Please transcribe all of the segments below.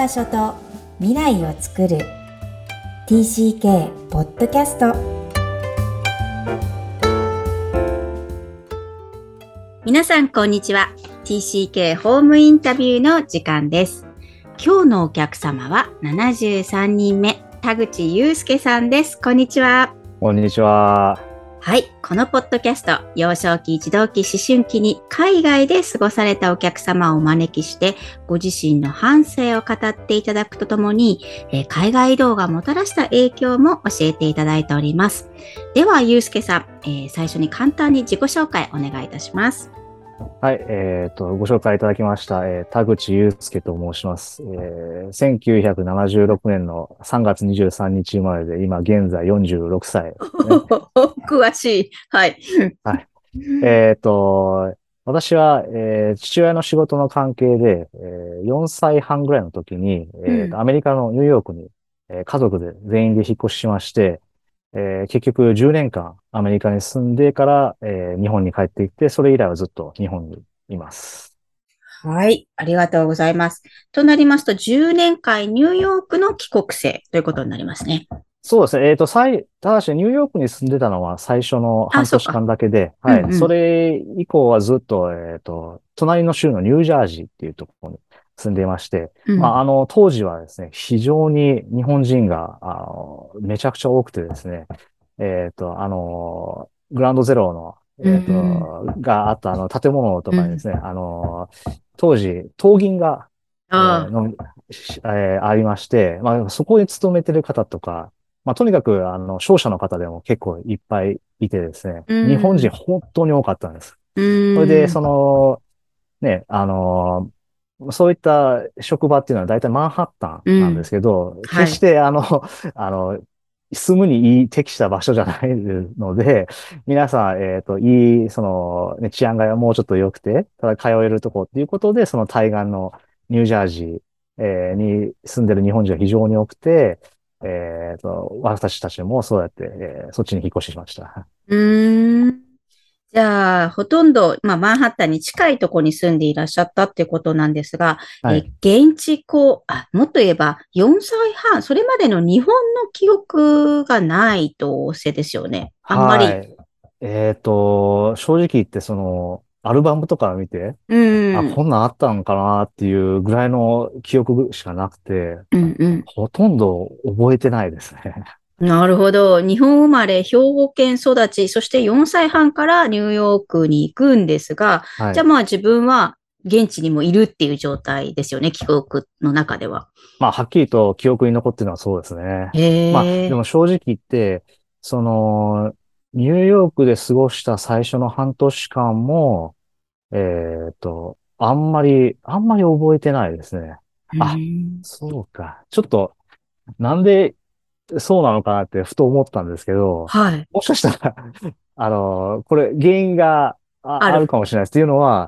場所と未来をつくる TCK ポッドキャスト。皆さんこんにちは。 TCK ホームインタビューの時間です。今日のお客様は73人目田口祐介さんです。こんにちは。 こんにちは。 はい、このポッドキャスト、幼少期、児童期、思春期に海外で過ごされたお客様をお招きして、ご自身の半生を語っていただくとともに、海外移動がもたらした影響も教えていただいております。では、ゆうすけさん、最初に簡単に自己紹介お願いいたします。 はい、ご紹介いただきました、田口祐介と申します。1976年の3月23日生まれで、今現在46歳、ね。 詳しい。はい。 はい。私は、父親の仕事の関係で、4歳半ぐらいの時に、アメリカのニューヨークに、家族で全員で引っ越ししまして、結局10年間アメリカに住んでから、日本に帰ってきて、それ以来はずっと日本にいます。 はい、ありがとうございます。となりますと、10年間ニューヨークの帰国生ということになりますね。 そうですね。ただしニューヨークに住んでたのは最初の半年間だけで、はい。それ以降はずっと、隣の州のニュージャージーっていうところに住んでいまして、当時はですね、非常に日本人が、めちゃくちゃ多くてですね、グラウンドゼロの、があった建物とかにですね、当時、東銀が、ありまして、そこに勤めてる方とか、とにかく、商社の方でも結構いっぱいいてですね、日本人本当に多かったんです。それで、ね、そういった職場っていうのは大体マンハッタンなんですけど、決して住むに適した場所じゃないので、皆さん、治安がもうちょっと良くて、ただ通えるとこっていうことで、その対岸のニュージャージー、に住んでる日本人が非常に多くて、私たちもそうやって、そっちに引っ越ししました。 じゃあ、ほとんど、マンハッタンに近いところに住んでいらっしゃったってことなんですが、 はい、 現地もっと言えば4歳半、それまでの日本の記憶がないとおっしゃですよね。あんまり。 はい。正直言って、アルバムとか見て、こんなんあったんかなっていうぐらいの記憶しかなくて、ほとんど覚えてないですね。 なるほど。日本生まれ、兵庫県育ち、そして4歳半からニューヨークに行くんですが、 はい、 じゃあ自分は現地にもいるっていう状態ですよね、記憶の中では。 はっきりと記憶に残ってるのはそうですね。でも正直言って、ニューヨークで過ごした最初の半年間も、あんまり覚えてないですね。そうか。ちょっと、なんでそうなのかなってふと思ったんですけど、 はい。 もしかしたらこれ原因があるかもしれないです。っていうのは、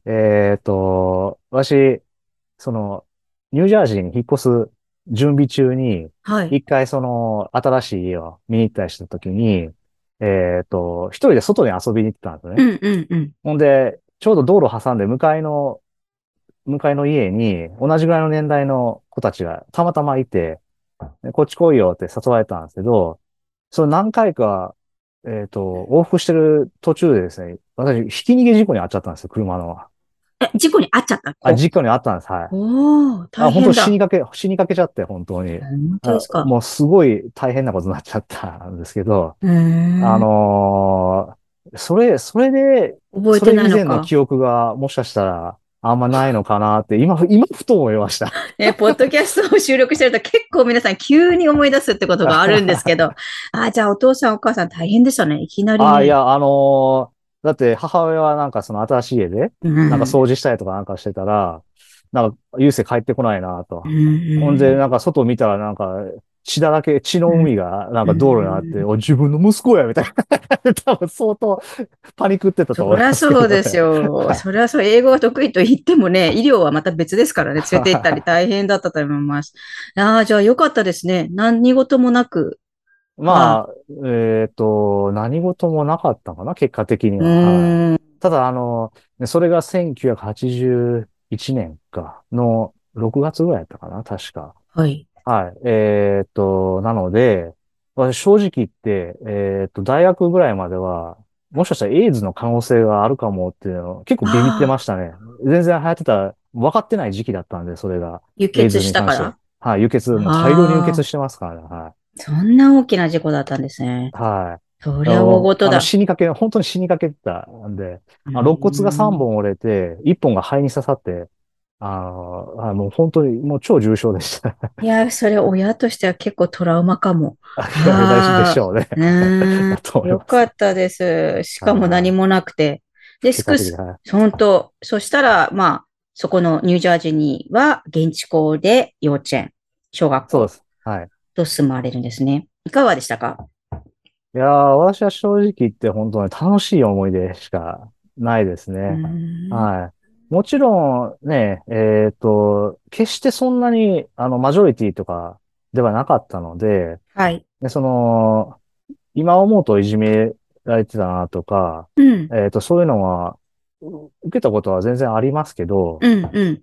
私、ニュージャージーに引っ越す準備中に、一回新しい家を見に行ったりしたときに、一人で外に遊びに行ってたんですね。ほんで、ちょうど道路挟んで向かいの家に同じぐらいの年代の子たちがたまたまいて、こっち来いよって誘われたんですけど、その何回か、往復してる途中でですね、私、ひき逃げ事故に遭っちゃったんですよ、車の。 事故に遭っちゃった事故に遭ったんです、はい。 大変だ。 本当死にかけちゃって、本当に。 本当ですか。 もうすごい大変なことになっちゃったんですけど、それで、 覚えてそれないのか。 以前の記憶がもしかしたらあんまないのかなって、今ふと思いました。 ポッドキャストを収録してると結構皆さん急に思い出すってことがあるんですけど、じゃあお父さんお母さん大変でしたね。いきなりいね。 や、だって母親はなんかその新しい家で、なんか掃除したりとかなんかしてたら、なんか、ゆうせ帰ってこないなと。ほんで、なんか外見たらなんか、血の海がなんか道路にあって、自分の息子や、みたいな。多分相当パニックってたとそりゃ思いますけそうですどね。 よ。そりゃそう、英語が得意と言ってもね、医療はまた別ですからね、連れて行ったり大変だったと思います。じゃあよかったですね。何事もなく。 まあ、何事もなかったかな、結果的にうは。はい。 ーん。 ただ、それが1981年かの 6月ぐらいやったかな、確か。 はい。 はい。なので、私正直言って、大学ぐらいまでは、もしかしたらエイズの可能性があるかもっていうのを結構ビビってまああ、 したね。全然流行ってた、分かってない時期だったんで、それが。エイ輸血ズに関しては。 したから。 はい。輸血、もう大量に輸血ああ、 してますからね。はそんな大きな事故だったんですね。 い。はい。 そりゃ大事だ。 死にかけ、本当に死にかけてたんで、 うー肋骨が3 ん。 本折れて、1本が肺に刺さって、もう本当にもう超重症でした。 いや、それ親としては結構トラウマかも。 いや、でしああ、 ょうね。 うはい。 ーん、 だと思いよます。 かったです。しかも何はもなくて。で、 い。結果的に、はい。 本当、そしたら、まあ、そこのニュージャージーには現地校で幼稚園、小学校そうです。はい。 と住まれるんですね。いかがでしたか？ いやー、私は正直言って本当に楽しい思い出しかないですうーね。 ん。 はい。もちろんね、決してそんなに、マジョリティとかではなかったので、 はい。 で、今思うといじめられてたなとか、 うん。 そういうのは、受けたことは全然ありますけど、 うん、うん。 うん、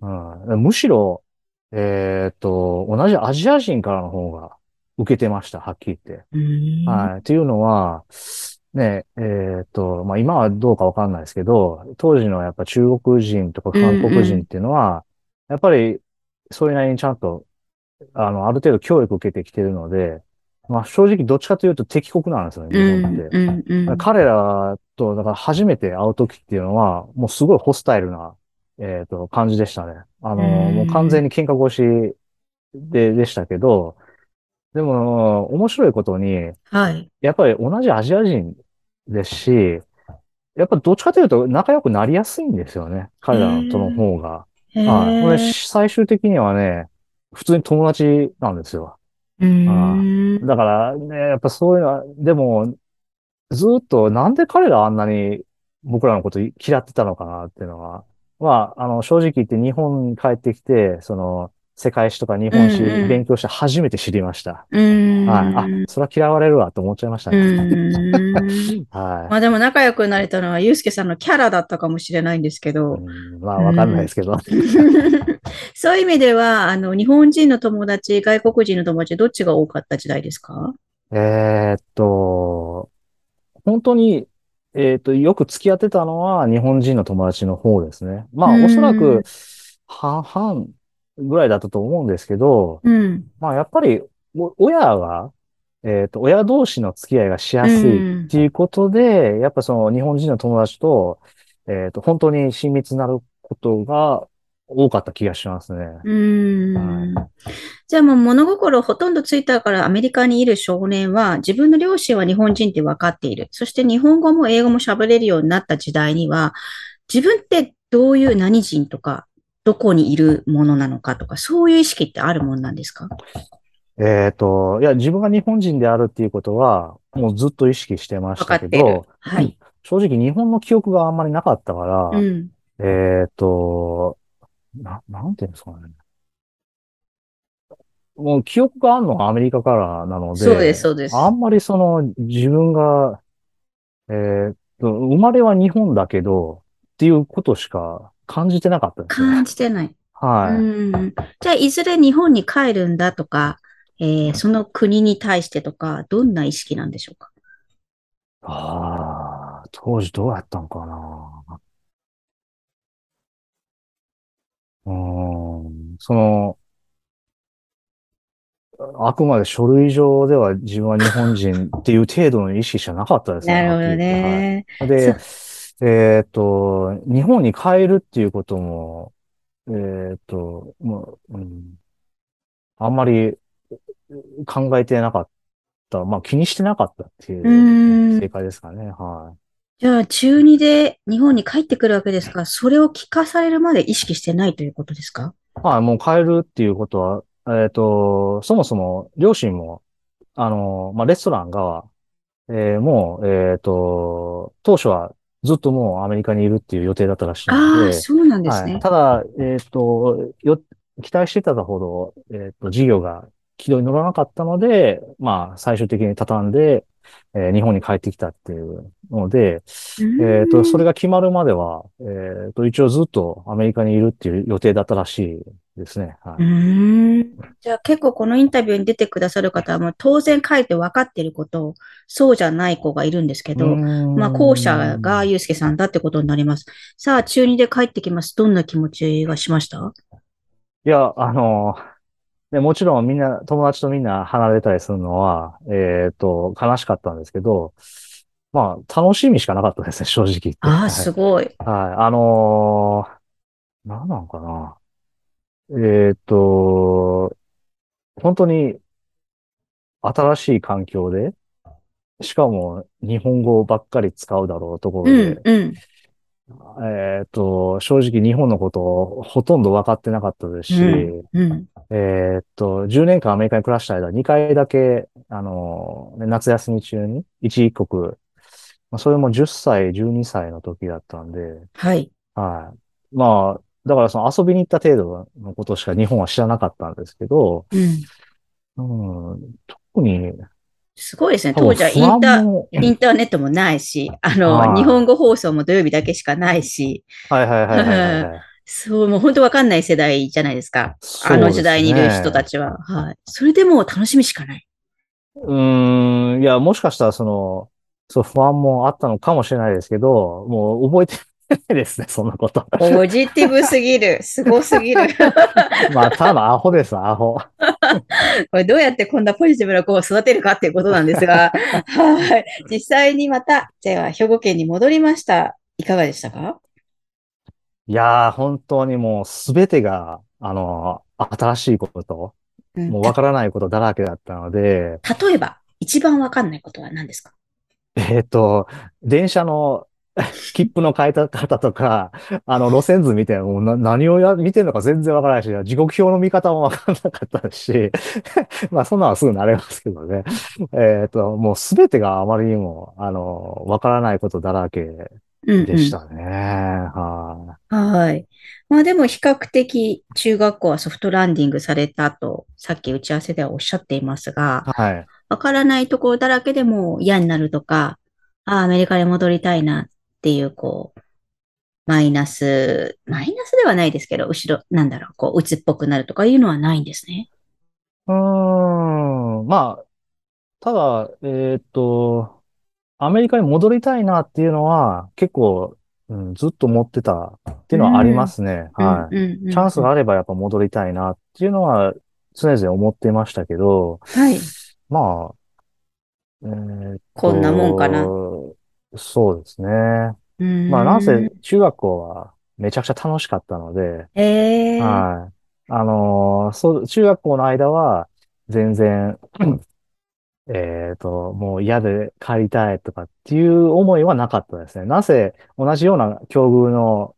むしろ、同じアジア人からの方が受けてました、はっきり言って。 うーん。 はい。っていうのは、ね、まあ、今はどうかわかんないですけど、当時のやっぱ中国人とかうん、 韓国うん。 人っていうのは、やっぱり、それなりにちゃんと、ある程度教育を受けてきてるので、まあ、正直どっちかというと敵国なんですよね、 う日本っん、 て。 うん、うん。 彼らと、だから初めて会う時っていうのは、もうすごいホスタイルな、感じでしたね。 うもう完ーん。 全に喧嘩腰でしたけど、でも、面白いことに、 はい。 やっぱり同じアジア人ですし、やっぱどっちかというと仲良くなりやすいんですよね。 へ彼らとのえ、 方が。 へはい。これえ、 最終的にはね、普通に友達なんですよ。 うーああ。 ん。 だからね、やっぱそういうのは、でも、ずっとなんで彼らあんなに僕らのこと嫌ってたのかなっていうのは、まあ、正直言って日本に帰ってきて、世界史とか日うん、 本史うん。 勉強して初めて知りました。 うはい。あ、 ーん。 それは嫌われるわと思っちゃいましたうね。 ーん。 はまあでも仲良くなれたのは、ゆうすけさんのキャラだったかもしれないんですけい。 ど、 まあ、 うわかんないーん。 ですけど。 そういう意味では、日本人の友達、外国人の友達、どっちが多かった時代ですか？ えーっと、本当に、よく付き合ってたのは日本人の友達の方ですね。まうあ、おそらーん。 く半々ぐらいだったと思うんですけど、 うん。 まあ、やっぱり、親が、親同士の付き合いがしうやすいっん。 ていうことで、やっぱその日本人の友達と、本当に親密になることが多かった気がしますね。 うーん。 はい。 じゃあもう物心ほとんどついたからアメリカにいる少年は自分の両親は日本人って分かっている。そして日本語も英語も喋れるようになった時代には自分ってどういう何人とかどこにいるものなのかとかそういう意識ってあるもんなんですか？ いや、自分が日本人であるっていうことは、もうずっと意識してまし分かたっている。 けど、 はい。 正直日本の記憶があんまりなかったから、 うん。 なんていうんですかね。もう記憶があるのはアメリカからなのそうです、 で、 そうです。 あんまり自分が、生まれは日本だけど、っていうことしか感じてなかったですね。 感じてない。うはい。 ん。じゃあいずれ日本に帰るんだとか、その国に対してとか、どんな意識なんでしょうか？ ああ、当時どうやったんかな。あくまで書類上では自分は日本人っていう程度の意識しかなかったですね、 なるほどはっきり言って。はね。 い。で、日本に帰るっていうことも、もう、あんまり考えてなかった。まあ気にしてなかったっていうーうね、正ん。 解ですかね。はじゃあ、中2で日本に帰ってくるわけですが、それを聞かされるまで意識してないということですか？ い。まあもう帰るっていうことは、そもそも両親も、まあレストランが、もう、当初はずっともうアメリカにいるっていう予定だったらしいのああー、 で、 そうなんですはい。 ね。 ただ、期待してたほど、事業が軌道に乗らなかったので、まあ、最終的に畳んで、 日本に帰ってきたっていうので、 うーそれん。 が決まるまでは、一応ずっとアメリカにいるっていう予定だったらしいですね。 うはーん。じゃあ結構このインタビューに出てくださる方はもう当然書いて分かっていることを、そうじゃない子がいるんですけい。うーど、まあ後者がん。 ゆうすけさんだってことになります。さあ中2で帰ってきます。どんな気持ちがしました？ いや、もちろんみんな、友達とみんな離れたりするのは、悲しかったんですけど、まあ、楽しみしかなかったですね、正直言って。 ああ、 はい。 すごい。 はい。なんなんかな。えっと、本当に新しい環境で、しかも日本語ばっかり使うだろうところうん、 で、 うん。 正直日本のことをほとんど分かってなかったですし、 うん、うん。 10年間アメリカに暮らした間、2回だけ、夏休み中に一国、まあそれも10歳、12歳の時だったんで、 はい。 はい。まあ、だからその遊びに行った程度のことしか日本は知らなかったんですけど、 うん。 うん、特にすごいですね。 多分当時は不安も、 インターネットもないし、日本は語放送も土曜日だけしかないし、 い。はいはいはいはいはいはい。 そう、もう本当わかんない世代じゃないですか。あの時そうです代にいる人たね。 ちは。はい。それでも楽しみしかない。 いや、もしかしたらそう不安もあったのかもしれないですけど、もう覚えてないですね、そんなこと。 ポジティブすぎる。すごすぎる。 まあ、ただアホです、アホ。 これどうやってこんなポジティブな子を育てるかっていうことなんですが、はい。実際にまた、じゃあ兵庫県に戻りました。いかがでしたか？ いやー、本当にもうすべてが、新しいこと、 うん。 もうわからないことだらけだったので、 例えば、一番わかんないことは何ですか？ えっと、電車の切符の変えた方とか、路線図見てもう何を見てるのか全然わからないし、時刻表の見方もわからなかったし、まあ、そんなのはすぐ慣れますけどね。もうすべてがあまりにも、わからないことだらけうんうん。 でしたね。ははい。まあでも比較的中学校はソフトランディングされたと、さっき打ち合わせではおっしゃっていますが、 い。はい。 わからないところだらけでも嫌になるとか、ああ、アメリカに戻りたいなっていう、マイナスではないですけど、後ろ、なんだろう、鬱っぽくなるとかいうのはないんですね。 まあ、ただ、アメリカに戻りたいなっていうのは結構、ずっと思ってたっていうのはありまうん、 すね。 うん、 はい。 うん、うん、うん。 チャンスがあればやっぱ戻りたいなっていうのは常々思ってましたけど、 はい。 まあ、えーっこんなもんかな。 と、そうですね。 うまあ、なんせーん。 中学校はめちゃくちゃ楽しかったので、 ええ、 はい。中学校の間は全然、もう嫌で帰りたいとかっていう思いはなかったですね。なぜ同じような境遇の、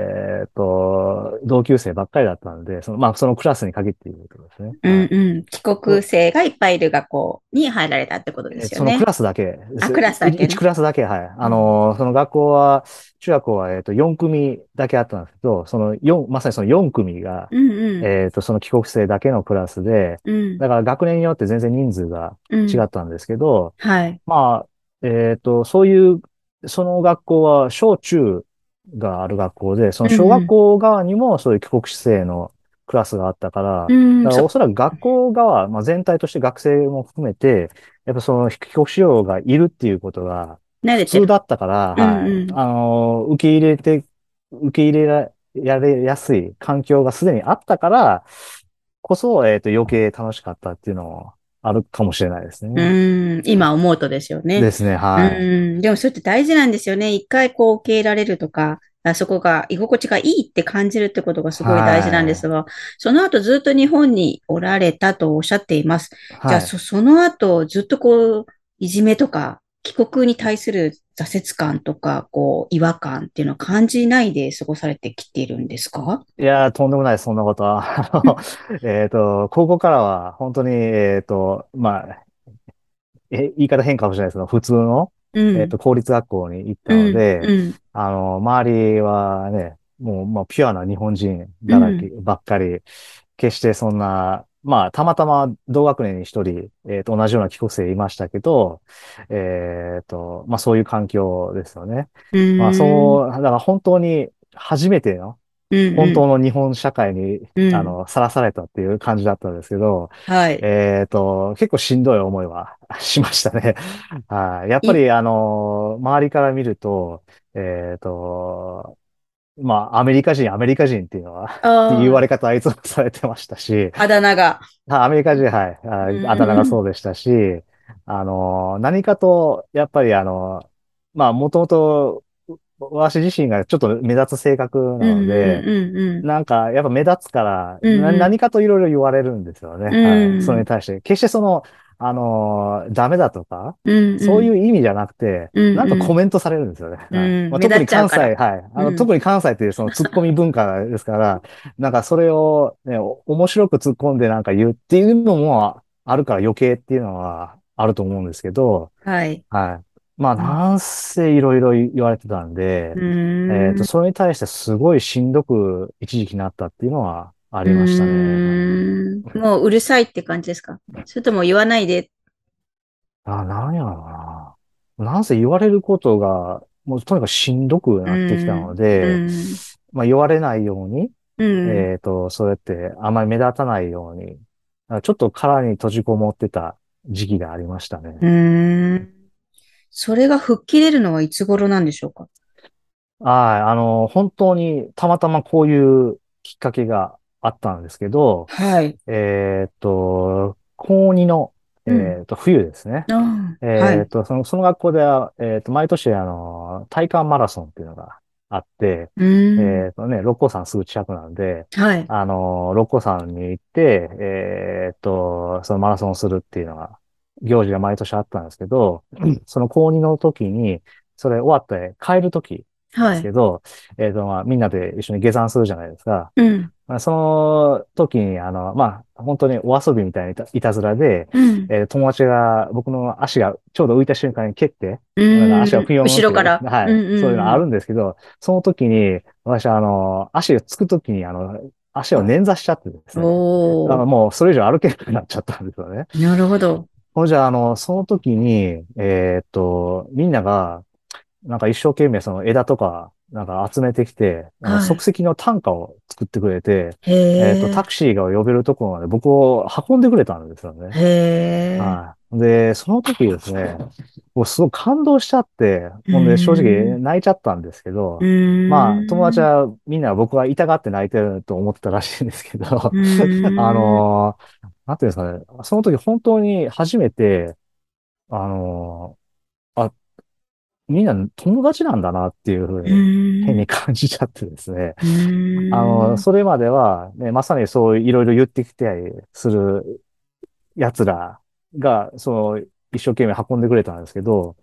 同級生ばっかりだったので、まあ、そのクラスに限って言うとですね。 うんはい。 うん。帰国と生がいっぱいいる学校に入られたってことですよそのクね。 ラスだけであ、 す。 クラスだけ 1 ね。 クラスだけ、はい。 うん。 その学校は、中学校は、4組だけあったんですけど、まさにその4組が、 うんうん。 その帰国生だけのクラスで、 うん。 だから学年によって全然人数がうん。 違ったんですけど、 はい。 まあ、そういう、その学校は小中がある学校で、その小学うん校側にもそういう帰国生のクラスがあったから、 うん。うん、 だからおそらく学校側、まあ、全体として学生も含めて、やっぱその帰国子女がいるっていうことが普慣れてる。 通だったから、 うんはい。 うん。 受け入れやれやすい環境がすでにあったからこそ、余計楽しかったっていうのもあるかもしれないですうね。 ーん。今思うとですよね。 ですね、 うはい。 ーん。でもそれって大事なんですよね。一回受け入れられるとか、そこが居心地がいいって感じるってことがすごい大事なんではすが、その後ずっと日本におられたとおっしゃっています。 い。 じゃあ、 はい。 その後ずっといじめとか、帰国に対する挫折感とか、違和感っていうのは感じないで過ごされてきているんですか？ いやー、とんでもないです、そんなことは。高校からは、本当に、まあ、言い方変かもしれないですけど、普通の、 うん、 公立学校に行ったのうん、 で、 うん、 周りはね、もう、まあ、ピュアな日本人だらけうん、 ばっかり、決してそんな、 まあ、たまたま同学年に一人、同じような帰国生いましたけど、まあそういう環境ですよね。 うまあーん。 そう、だから本当に初めての、 うんうん。 本当の日本社会に、 うん。 さらされたっていう感じだったんですけど、 はい。 結構しんどい思いはしましたね。はい。やっぱい、 り、周りから見ると、えっと、まあ、アメリカ人っていうのはっていう言わあれ方はいつもされてましたし、 あ、あだ名が。 アメリカ人、はい、 うあだ名がーん。 そうでしたし、何かと、やっぱりまあ、もともと、私自身がちょっと目立つ性格なうんので、 うんうんなんか、やっぱ目立つから、 うんうん。 何かといろいろ言われるんですよね。 うはい。それにん。 対して。決してダメだとか、 うんうん。 そういう意味じゃなくて、 うんうん。 なんかコメントされるんですよね。はい。 うん。 まあ、 目立っ特に関西、 ちゃうから。 はい。 うん。 特に関西っていうそのツッコミ文化ですから、なんかそれをね、面白く突っ込んでなんか言うっていうのもあるから余計っていうのはあると思うんですけど、 はい。 はい。まあ、 うん。 なんせいろいろ言われてたんうで、 ーん。 それに対してすごいしんどく一時期なったっていうのはあうりましたね。 ーん。もううるさいって感じですか？それとも言わないで。 なんやろうな。なんせ言われることが、もうとにかくしんどくうなってきたん。 のうで、 ん。 まあ言われないように、 うん。 そうやってあまり目立たないように、ちょっと殻に閉じこもってた時期がありましたね。 うーん。それが吹っ切れるのはいつ頃なんでしょうか？ はい、本当にたまたまこういうきっかけがあったんですけど、 はい。 高2の、 うん。 冬ですね。 ああ、はい。 その学校では、毎年、体感マラソンっていうのがあって、 うーん。 六甲山すぐ近くなんで、 はい。 六甲山に行って、そのマラソンをするっていうのが、行事が毎年あったんですけど、その高2の時に、それ終わって帰る時なんではい。 すけど、まあ、みんなで一緒に下山するじゃないですか。 うん。 まあ、その時に、まあ、本当にお遊びみたいないたずらで、 うん。 友達が僕の足がちょうど浮いた瞬間に蹴って、 うなんか足ーん。 がピヨーンって、 後ろから。 はい、 うんそういうのあうんるんですけど、その時に、私は足がつく時に、足を捻挫しちゃってですうん。 ね。 おー。 もうそれ以上歩けなくなっちゃったんですよね。 なるほど。 ほんじゃ、その時に、みんなが、なんか一生懸命その枝とか、なんか集めてきて、 はい。 即席の担架を作ってくれて、 へえ。 タクシーが呼べるところまで僕を運んでくれたんですよね。 へえ。 はい。で、その時ですね、もうすごく感動しちゃって、 うほんで正ーん。 直泣いちゃったんですけうど、まあ、友達ーん。 はみんな僕は痛がって泣いてると思ってたらしいんですけど、 うーん。 なんていうんですかね、その時本当に初めて、あのあ、みんな友達なんだなっていうふううに変ーん。 に感じちゃってですね。 うーん。 それまでは、ね、まさにそういろいろ言ってきたりする奴らが、一生懸命運んでくれたんですけど、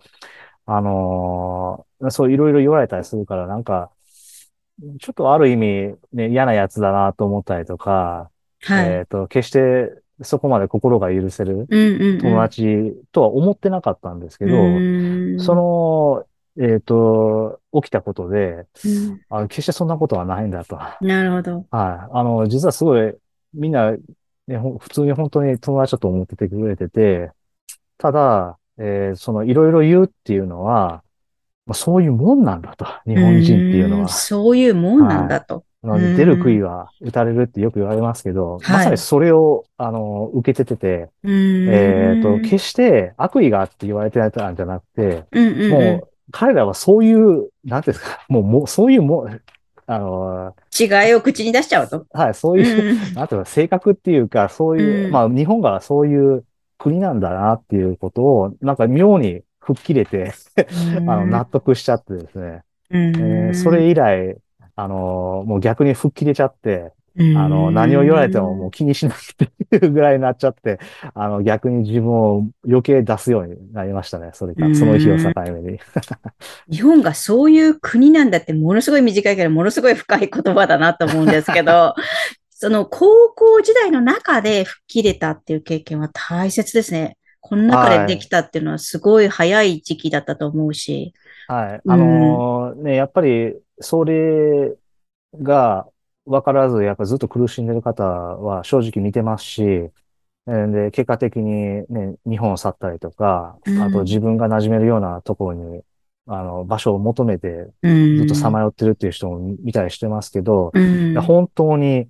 そういろいろ言われたりするから、なんか、ちょっとある意味、ね、嫌な奴だなと思ったりとか、 はい。 決してそこまで心が許せるうんうん友うん。 達とは思ってなかったんですけうど、そーん。 の、起きたことで、 うん。 決してそんなことはないんだと。 なるほど。 はい。実はすごい、みんな、ね、普通に本当に友達だと思っててくれてて、ただ、いろいろ言うっていうのは、まあ、そういうもんなんだと。日う本人っていうのーん。 は。 そういうもんなんはい。 だと。 なうので、出る杭ーん。 は打たれるってよく言われますけど、まはい。 さにそれを、受けてて、 うーん。 決して悪意があって言われてたんじゃなくて、 うんうんうん。 もう、彼らはそういう、なんていうんですか、そういう違いを口に出しちゃうと。 はい、そういう、 うん。 なんていうか、性格っていうか、そうういう、まん。 あ、日本がそういう国なんだなっていうことを、なんか妙に吹っ切れてうーん。 納得しちゃってですね。 うーそれん。 以来、もう逆に吹っ切れちゃって、 う何を言われてもーん。 もう気にしなくていうぐらいになっちゃって、逆に自分を余計出すようになりましたね。 うその日を境ーん。 目に。 日本がそういう国なんだってものすごい短いけど、ものすごい深い言葉だなと思うんですけど、その高校時代の中で吹っ切れたっていう経験は大切ですね。この中でできはい。 たっていうのはすごい早い時期だったと思うし。 はい。 うん。 ね、やっぱり、それが、 わからず、やっぱずっと苦しんでる方は正直見てますし、で、結果的にね、日本を去ったりとか、 うあと自ん。 分が馴染めるようなところに、場所を求めてうずっとさまん。 よってるっていう人も見たりしてますけど、 ういやん。 本当に、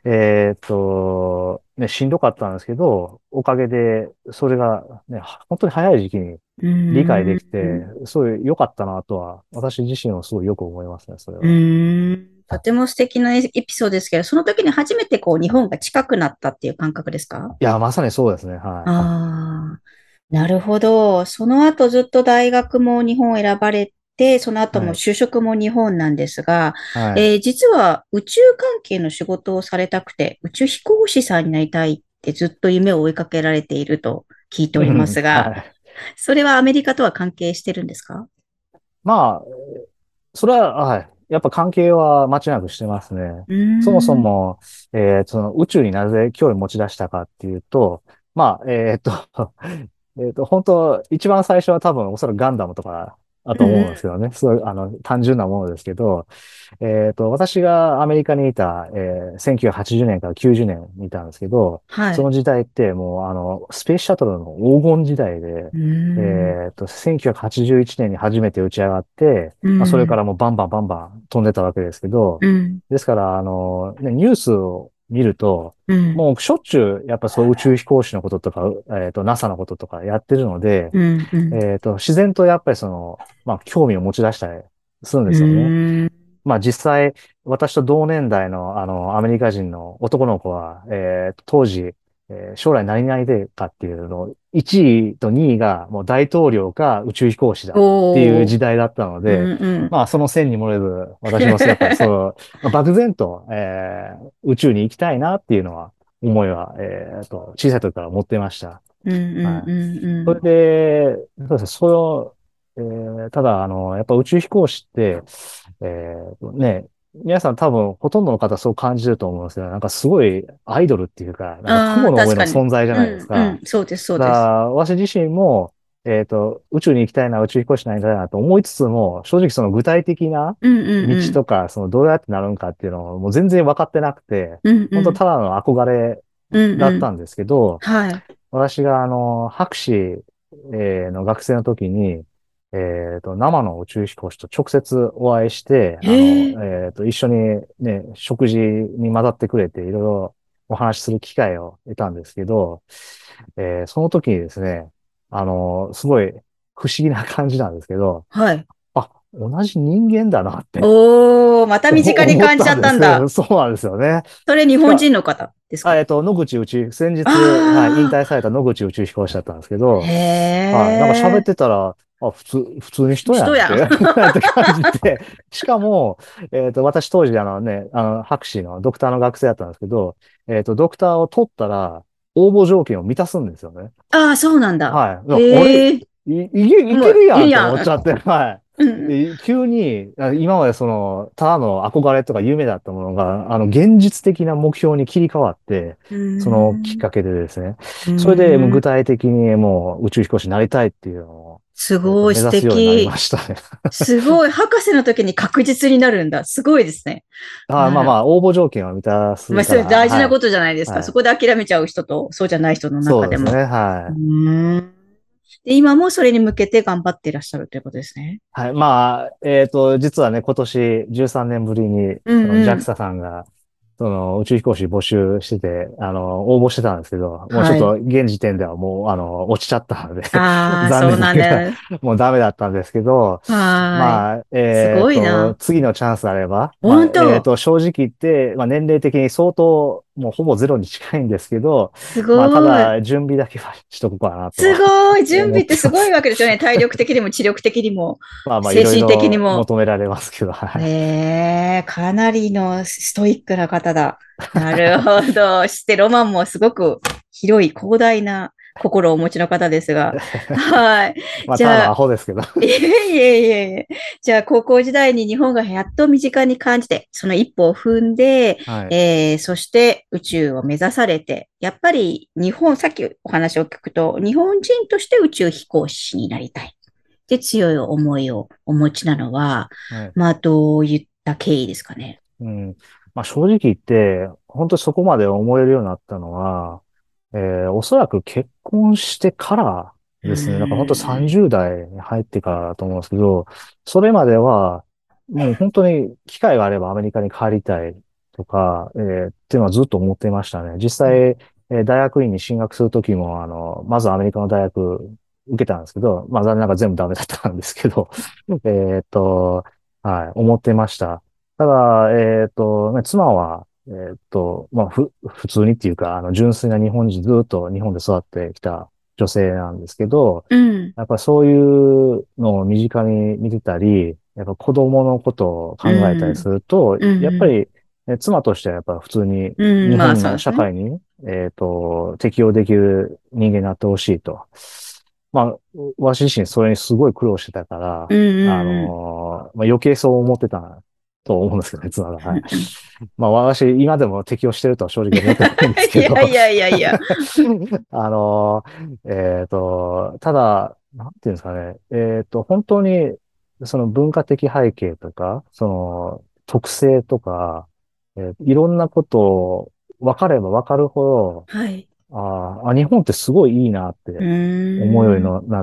ね、しんどかったんですけど、おかげで、それがね、本当に早い時期にう理解でん。 きて、すごい良かったなとは、私自身はすごいよく思いますね、それうは。 ん。とても素敵なエピソードですけど、その時に初めてこう日本が近くなったっていう感覚ですか？ いや、まさにそうですね、はああ、なるほど。その後ずっと大学も日本を選ばれて、そのい。 後もはい。 就職も日本なんですが、 はい。 実は宇宙関係の仕事をされたくて、宇宙飛行士さんになりたいってずっと夢を追いかけられていると聞いておりますが、 はい。 それはアメリカとは関係してるんですか？ まあ、それは、はい。やっぱ関係は間違いなくしてますね。 うーそもそん、 も、その宇宙になぜ興味持ち出したかっていうと、まあ、本当、一番最初は多分おそらくガンダムとかだとうんうん、 思うんですけどね。すごい、単純なものですけど、私がアメリカにいた、1980年から90年にいたんですけど、 はい。 その時代ってもう、スペースシャトルの黄金時代で、 うーん、 1981年に初めて打ち上がって、 うまあ、それかん、 らもうバンバンバンバン飛んでたわけですけど、 うん、 ですから、ね、ニュースを見ると、 うん、 もうしょっちゅう、やっぱそう宇宙飛行士のこととか、NASA のこととかやってるので、 うん、うん、 自然とやっぱりまあ、興味を持ち出したりするんうですよね。 ーん、 まあ実際、私と同年代のアメリカ人の男の子は、当時、将来何々でかっていうのを、1位と2位がもう大統領か宇宙飛行士だっていうおー、 時代だったのうん、 で、 うん。 まあその線に漏れず、私もやっぱりまあ漠然と、宇宙に行きたいなっていうのは、思いは、小さい時から持ってました。 うんうんうはい。それんうん。 で、そうですね、ただ、やっぱ宇宙飛行士って、ね、皆さん多分ほとんどの方そう感じると思うんですけど、なんかすごいアイドルっていうか、なんかああ、 雲の上の確かに。 存在じゃないですうんうか。 ん。そうです、そうです。 だから、私自身も、宇宙に行きたいな、宇宙飛行士になりたいなと思いつつも、正直その具体的なうんうん道うん。 とか、どうやってなるんかっていうのをもう全然分かってなくて、 うんうん。 本当ただの憧れうんうん。 だったんですけど、 はい。 私が博士、の学生の時に、生の宇宙飛行士と直接お会いして、 へえ。 一緒にね、食事に混ざってくれて、いろいろお話しする機会を得たんですけど、その時にですね、すごい不思議な感じなんですけど、 はい。 あ、同じ人間だなっておー、また身近に思っ感じちゃたんです。 ったんだ。 そうなんですよね。 それ日本人の方ですか？ 野口先日、はい、引ああ退された野口宇宙飛行士だったんですけー、 ど、はい、なんか喋っへえ。 てたら、普通に人やんって人やん。 って感じて、しかも、私当時博士のドクターの学生だったんですけど、ドクターを取ったら、応募条件を満たすんですよね。 ああ、そうなんだ。 はい。あれ、 へえ。 いもう、 けるやんっていいやん。 思っちゃって、はい。 うん。 で、急に、今までただの憧れとか夢だったものが、現実的な目標に切り替わって、 うそのきっん。 かけでですね。 うそれで、もう具ん。 体的にもう宇宙飛行士になりたいっていうのを、 すごい素目指すようになりま敵。 したね。 すごい。博士の時に確実になるんだ。すごいですね。なる。 応募条件は満たまあ、 すから、 それ大事はい。 なことじゃないですか。 はい。 そこで諦めちゃう人と、そうじゃない人の中でも。 そうですね。 うはい。 ーん。で、今もそれに向けて頑張っていらっしゃるということですね。 はい。実はね、今年13年ぶりに、 うんうん。 JAXA さんが、宇宙飛行士募集してて、応募してたんですけど、もうちょっはい。 と現時点ではもう、落ちちゃったのでああ、 残そうなん念ながら、 だ。 もうダメだったんですけど、 はーい。 まあ、 すごいな。 次のチャンスあれば、 本当。 正直言って、まあ、年齢的に相当、もうほぼゼロに近いんですけど、 すまあ、たごい。 だ、準備だけはしとこうかなとすごい。準思っ備ってすごいてます。 わけですよね。体力的にも知力的にも、 いろい精神的にろも。 求められますけど、はい。 ええ、かなりのストイックな方だ。なるほど。してロマンもすごく広い、広大な心をお持ちの方ですが。はい。 まあ、ただのアじゃあ、 ホですけど。 いえいえいえいえ。じゃあ、高校時代に日本がやっと身近に感じて、その一歩を踏んで、 はい。 そして宇宙を目指されて、やっぱり日本、さっきお話を聞くと、日本人として宇宙飛行士になりたい。で強い思いをお持ちなのは、 はい。 まあ、どういった経緯ですかね。 うん。 まあ正直言って、本当にそこまで思えるようになったのは、おそらく結婚してからうですね。だから本当ーん。 30代に入ってからだと思うんですけど、それまでは、もう本当に機会があればアメリカに帰りたいとか、っていうのはずっと思っていましたね。実際、 うん大学院に進学するときも、まずアメリカの大学受けたんですけど、まあ残念ながら全部ダメだったんですけど、えっと、はい、思ってました。ただ、ね妻は、まあ、普通にっていうか、純粋な日本人、ずっと日本で育ってきた女性なんですけど、 うん。 やっぱそういうのを身近に見てたり、やっぱ子供のことをう考えたりすん。 ると、 うん。 やっぱり、妻としてはやっぱ普通にうん。まあ日本のそうですね。 社会に、適応できる人間になってほしいと。まあ、私自身それにすごい苦労してたから、 うんうんうん。 まあ、余計そう思ってたと思うんですけどね、妻が。はい。 うんうん。 まあ、私、今でも適応してるとは正直思ってないんですけど、 いやいやいやいや。 あの、ただ、なんていうんですかね、本当に、その文化的背景とか、その特性とか、いろんなことを分かれば分かるほはい。 ど、日本ってすごいいいなっうて思うようーん。 になって、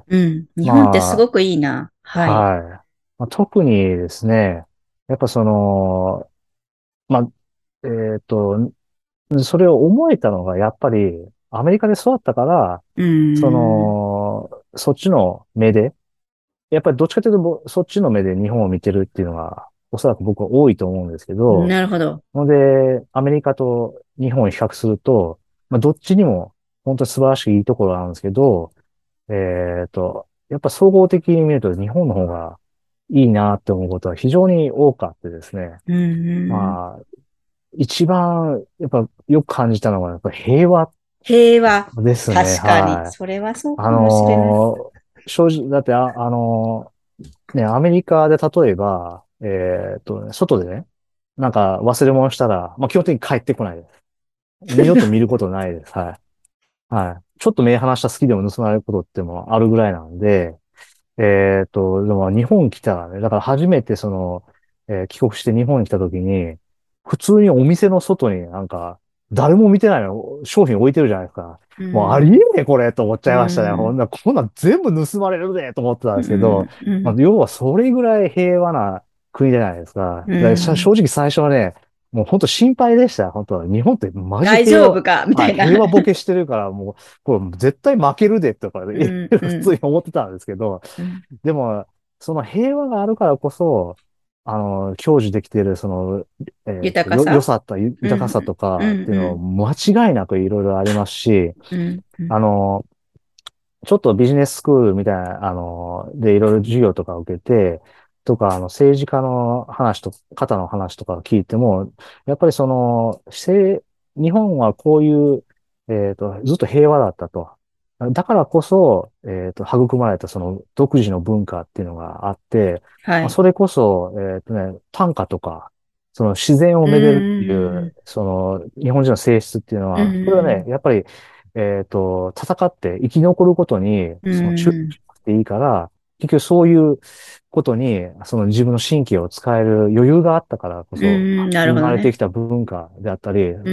うん。日本ってすまごくいいな。 あ、 はい。 はい。まあ、特にですね、やっぱその、まあ、えっと、それを思えたのが、やっぱり、アメリカで育ったから、 うーん。 そっちの目で、やっぱりどっちかというとそっちの目で日本を見てるっていうのが、おそらく僕は多いと思うんですけど、 なるほど。 ので、アメリカと日本を比較すると、まあ、どっちにも本当に素晴らしいいいところなんですけど、やっぱ総合的に見ると日本の方がいいなって思うことは非常に多かってですね。 うんうんうん。 まあ、一番やっぱよく感じたのはやっぱ平和平和。 ですね。 確かに。 はい。 それはそうかもしれない。 正直、だって、ね、アメリカで例えば、外でね、なんか忘れ物したら、まあ基本的に帰ってこないです。二度と見ることないです。はい。はい。ちょっと目離した隙でも盗まれることってもあるぐらいなんで、でも日本来たらね、だから初めて帰国して日本に来た時に、普通にお店の外になんか、誰も見てないの、商品置いてるじゃないですか。 うもうありえん。 ねえこれと思っちうゃいましたね。 ん。 こんなん全部盗まれるぜと思ってたんうですけど、 ん。うん。 まあ、要はそれぐらい平和な国じゃないですか。だうからん。 正直最初はね、もう本当心配でした。本当日本ってマジ大平和、 丈夫かみたいな。 平和ボケしてるから、もう、これ絶対負けるでとか、 うん。う普通にん。 思ってたんですけど、 うん。 でも、その平和があるからこそ、享受できている、良豊かさ。 さと豊かさうん。 とかっていうのはうん。 間違いなくいろいろありますし、 うん。うん。 あの、ちょっとビジネススクールみたいな、でいろいろ授業とか受けて、とか、政治家の方の話とか聞いても、やっぱり日本はこういう、ずっと平和だったと。だからこそ、育まれたその独自の文化っていうのがあって、 はい。 まあそれこそ、短歌とか、その自然をうめでるっていん。 う、日本人の性質っていうのうは、それはね、 ん。 やっぱり戦って生き残ることに、 う注ん。 していいから、結局そういうことに、その自分の神経を使える余裕があったからこうそ、 ん。なる生ほどね。 まれてきた文化であったり、 うん。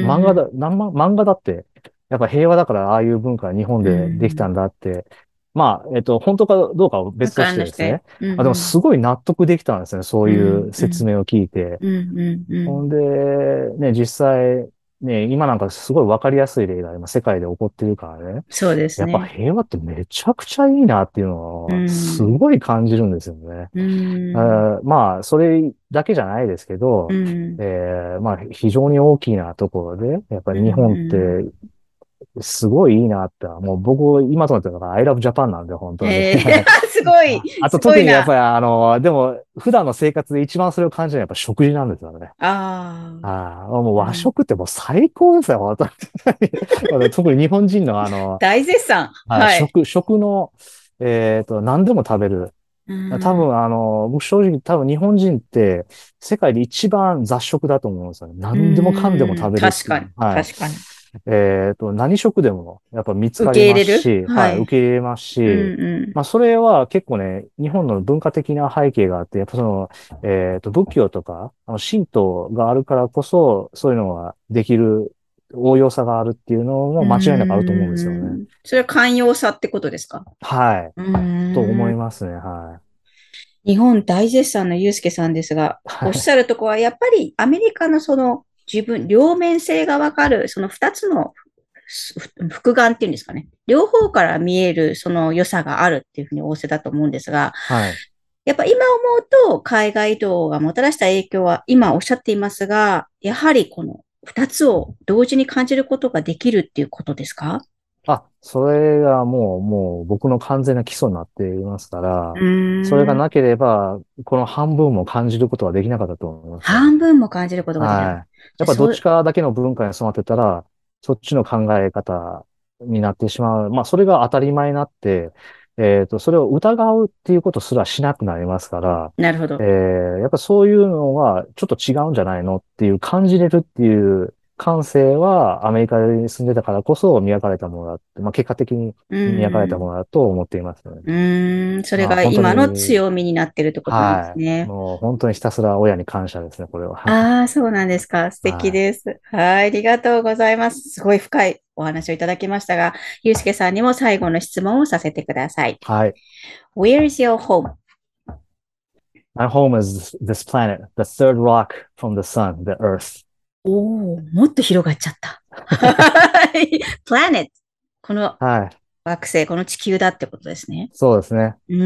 漫画だって、やっぱ平和だからああいう文化が日本うでできたん。 んだって、まあ、本当かどうかはわ別とかんなくて。 してですね。 うん。 でもうん。 すごい納得できたんですね。そういうん。うん。 う説明を聞いて。 うん。うん。うん。 ほんで、ね、実際、ね、今なんかすごいわかりやすい例が今世界で起こってるからね。 そうですやっぱね。 平和ってめちゃくちゃいいなっていううのをすん。 ごい感じるんですよね。 うん。 まあ、それだけじゃないですけうど、 ん。 まあ、非常に大きなところで、やっぱうり日本っん。 てすごいいいなって、もう僕、今となっては I love Japan なんで、本当に。 すごい、 あとすごいな。 特にやっぱりでも、普段の生活で一番それを感じるのはやっぱ食事なんですよね。 ああ。 もう和うん。 食ってもう最高ですよ、本当に。特に日本人の大絶賛。はい。 食の、何でも食べる。 うん。 多分、僕正直多分日本人って世界で一番雑食だと思うんですよね。 う何でもかんでもーん。 食べるっていう。 確かに。 はい。 確かに。 何色でもやっぱ見つ受かりけ入れる。 ますし、はい、受はい。 け入れますうんし、 うん。 まあ、それは結構ね、日本の文化的な背景があって、やっぱ仏教とか、神道があるからこそ、そういうのができる応用さがあるっていうのうも間違いなくあると思うんですよね。 ーん。それは寛容さってことですか？ はい。 うと思ーん。 いますね。は日本大絶賛のユうスケさんですが、 い。 おっはい。 しゃるとこは、やっぱりアメリカのその自分、両面性がわかる、その二つの複眼っていうんですかね。両方から見えるその良さがあるっていうふうに仰せだと思うんですが、 はい。 やっぱ今思うと海外移動がもたらした影響は今おっしゃっていますが、やはりこの二つを同時に感じることができるっていうことですか？ あ、それがもう僕の完全な基礎になっていますかうら、それーん。 がなければ、この半分も感じることはできなかったと思いますね。 半分も感じることができなかった。 はい。 じゃあ、 やっぱどっちかだけの文化に染まってたら、そっちの考え方になってしまう。まあ、それが当たり前になって、それを疑うっていうことすらしなくなりますから、 なるほど。 やっぱそういうのはちょっと違うんじゃないのっていう感じれるっていう感性はアメリカに住んでたからこそ磨かれたものだって、まあ、結果的にう磨かれたーん。 ものだと思っていますね。 うーん。それまあ、 が本当今のに、 強みになってるってことなんですはい。 ね。 もう本当にひたすら親に感謝ですね、これは。 ああ、そうなんですか。素敵はい。 です。はい。ありがとうございます。すごい深いお話をいただきましたが、ゆうすけさんにも最後の質問をさせてください。 はい。 Where is your home? My home is this planet, the third rock from the sun, the earth. おお、もっと広がっちゃった。はい。planet。このはい。 惑星、この地球だってことですね。 そうですね。 うん。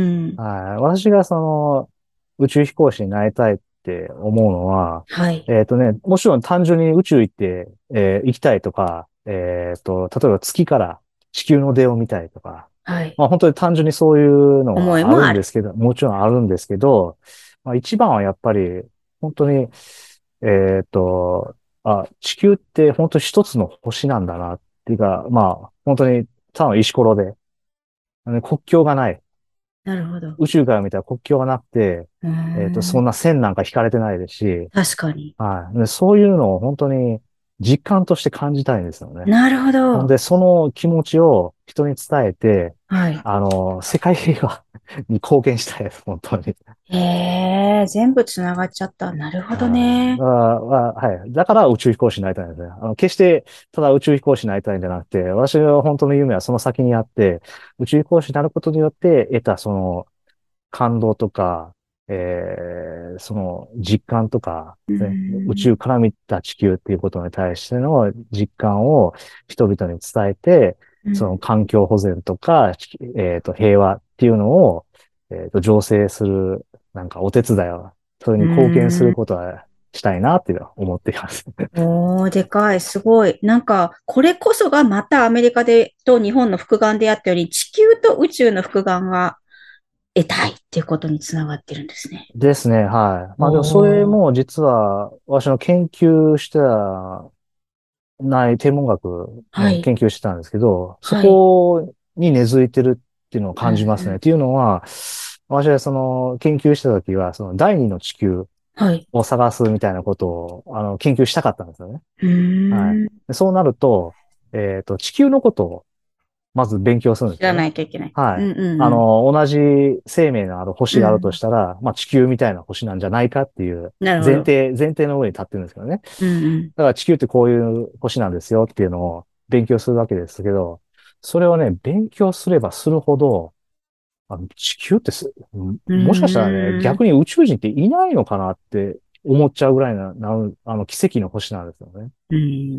はい。私が宇宙飛行士になりたいって思うのは、 はい。 もちろん単純に宇宙行って、行きたいとか、例えば月から地球の出を見たいとか、 はい。 まあ本当に単純にそういうの思いはあもある。 るんですけど、もちろんあるんですけど、まあ一番はやっぱり、本当に、えっと、地球って本当に一つの星なんだなっていうか、まあ本当にただの石ころで、国境がない。 なるほど。 宇宙から見たら国境がなくて、 うーそんん。 な線なんか引かれてないですし、 確かに。 はい。でそういうのを本当に実感として感じたいんですよね。 なるほど。 ほんで、その気持ちを人に伝えて、 はい。 世界平和に貢献したいです、本当に。 へえ、全部つながっちゃった。なるほどはい。 ね。 はい。だから宇宙飛行士になりたいんですね。決して、ただ宇宙飛行士になりたいんじゃなくて、私の本当の夢はその先にあって、宇宙飛行士になることによって得たその感動とか、その実感とか、 うーね、宇宙ん。 から見た地球っていうことに対しての実感を人々に伝えて、そのうん。 環境保全とか、平和っていうのを、醸成する、なんかお手伝いを、それうに貢献すーん。 ることはしたいなっていうのは思っています。 おー、でかい。すごい。なんか、これこそがまたアメリカでと日本の複眼であったように、地球と宇宙の複眼が得たいっていうことにつながってるんですね。 ですね、はい。まあでもそれおー。 も実は私の研究したない天文学はい。 の研究をしてたんですけど、そはい。 こに根付いてるっていうのをうん感じますね。っうん。 ていうのは、私はその研究した時は、その第二の地球はい。 を探すみたいなことを、研究したかったんですよね。 うはい。 ーん。 でそうなると、地球のことをまず勉強するん知らですよね。 ないといけない。 はい。 うんうんうん。 同じ生命のある星があるとうん。 したら、まあ地球みたいな星なんじゃないかっていうなるほど。 前提の上に立ってるんですけどね。 うんうん。 だから地球ってこういう星なんですよっていうのを勉強するわけですけど、それをね、勉強すればするほど、地球ってうもしかしたらね、 ーん。 逆に宇宙人っていないのかなって思っちゃうぐらい奇跡の星なんですよね。 うん。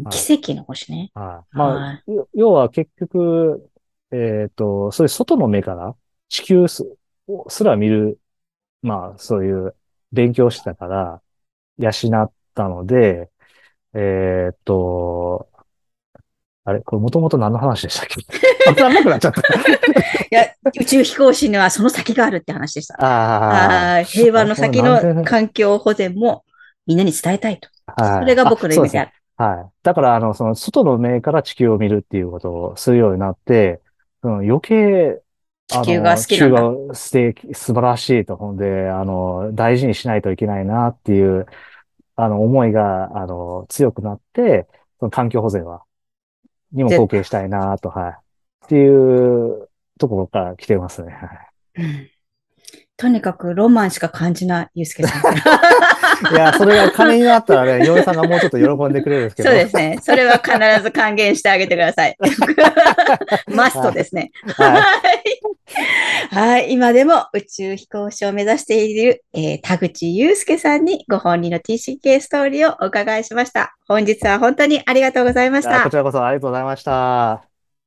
はい。 奇跡の星ね。 はい。まあ、 はい。 要は結局、そういう外の目から地球すら見る、まあ、そういう勉強してたから、養ったので、えーっと、あれこれもともと何の話でしたっけ？わかんなくなっちゃった。 いや、宇宙飛行士にはその先があるって話でした。 あはい。平あ、 和のこれ先のなんで、 環境保全もみんなに伝えたいと。それはい。 が僕のそうですね。 夢である。 はい。だから、その外の目から地球を見るっていうことをするようになって、余計、 地球が好き地球なんだ。 が素晴らしいと、ほんで、大事にしないといけないなっていう、思いが、強くなって、その環境保全はにも貢献したいなと、はい。っていうところから来てますね。はい。 とにかくロマンしか感じない、ゆうすけさん。 いや、それが金になったらね、嫁さんがもうちょっと喜んでくれるんですけど。 そうですね。それは必ず還元してあげてください。マストですね。 はい。 はい。今でも宇宙飛行士を目指している、田口祐介さんにご本人の TCK ストーリーをお伺いしました。本日は本当にありがとうございました。 こちらこそありがとうございました。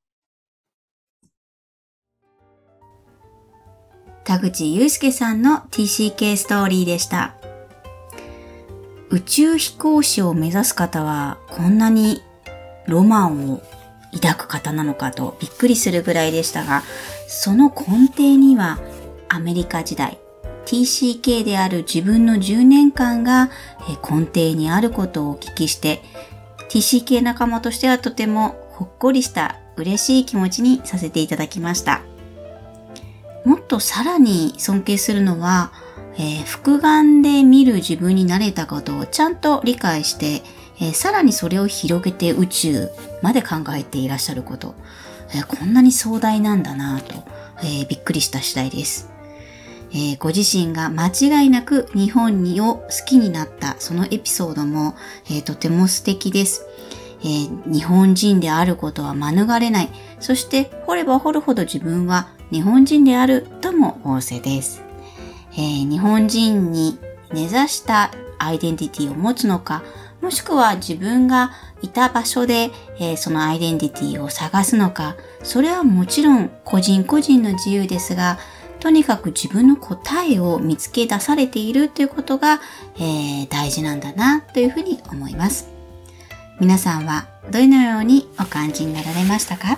田口祐介さんの TCK ストーリーでした。宇宙飛行士を目指す方はこんなにロマンを抱く方なのかとびっくりするぐらいでしたが、その根底にはアメリカ時代 TCK である自分の10年間が根底にあることをお聞きして、 TCK 仲間としてはとてもほっこりした嬉しい気持ちにさせていただきました。もっとさらに尊敬するのは、複眼で見る自分に慣れたことをちゃんと理解して、さらにそれを広げて宇宙まで考えていらっしゃること、こんなに壮大なんだなぁと、びっくりした次第です。ご自身が間違いなく日本を好きになったそのエピソードも、とても素敵です。日本人であることは免れない。そして掘れば掘るほど自分は日本人であるとも仰せです。日本人に根ざしたアイデンティティを持つのか、もしくは自分がいた場所で、そのアイデンティティを探すのか、それはもちろん個人個人の自由ですが、とにかく自分の答えを見つけ出されているということが、大事なんだなというふうに思います。皆さんはどのようにお感じになられましたか？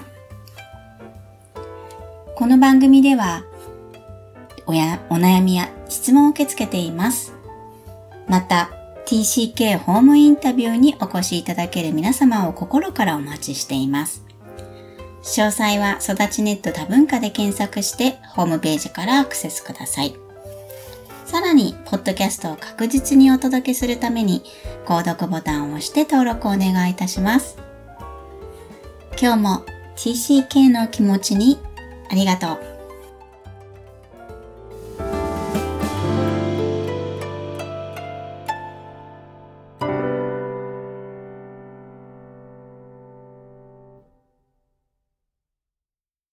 この番組ではお悩みや質問を受け付けています。また TCK ホームインタビューにお越しいただける皆様を心からお待ちしています。詳細は育ちネット多文化で検索してホームページからアクセスください。さらに、ポッドキャストを確実にお届けするために、購読ボタンを押して登録をお願いいたします。今日も TCK の気持ちにありがとう。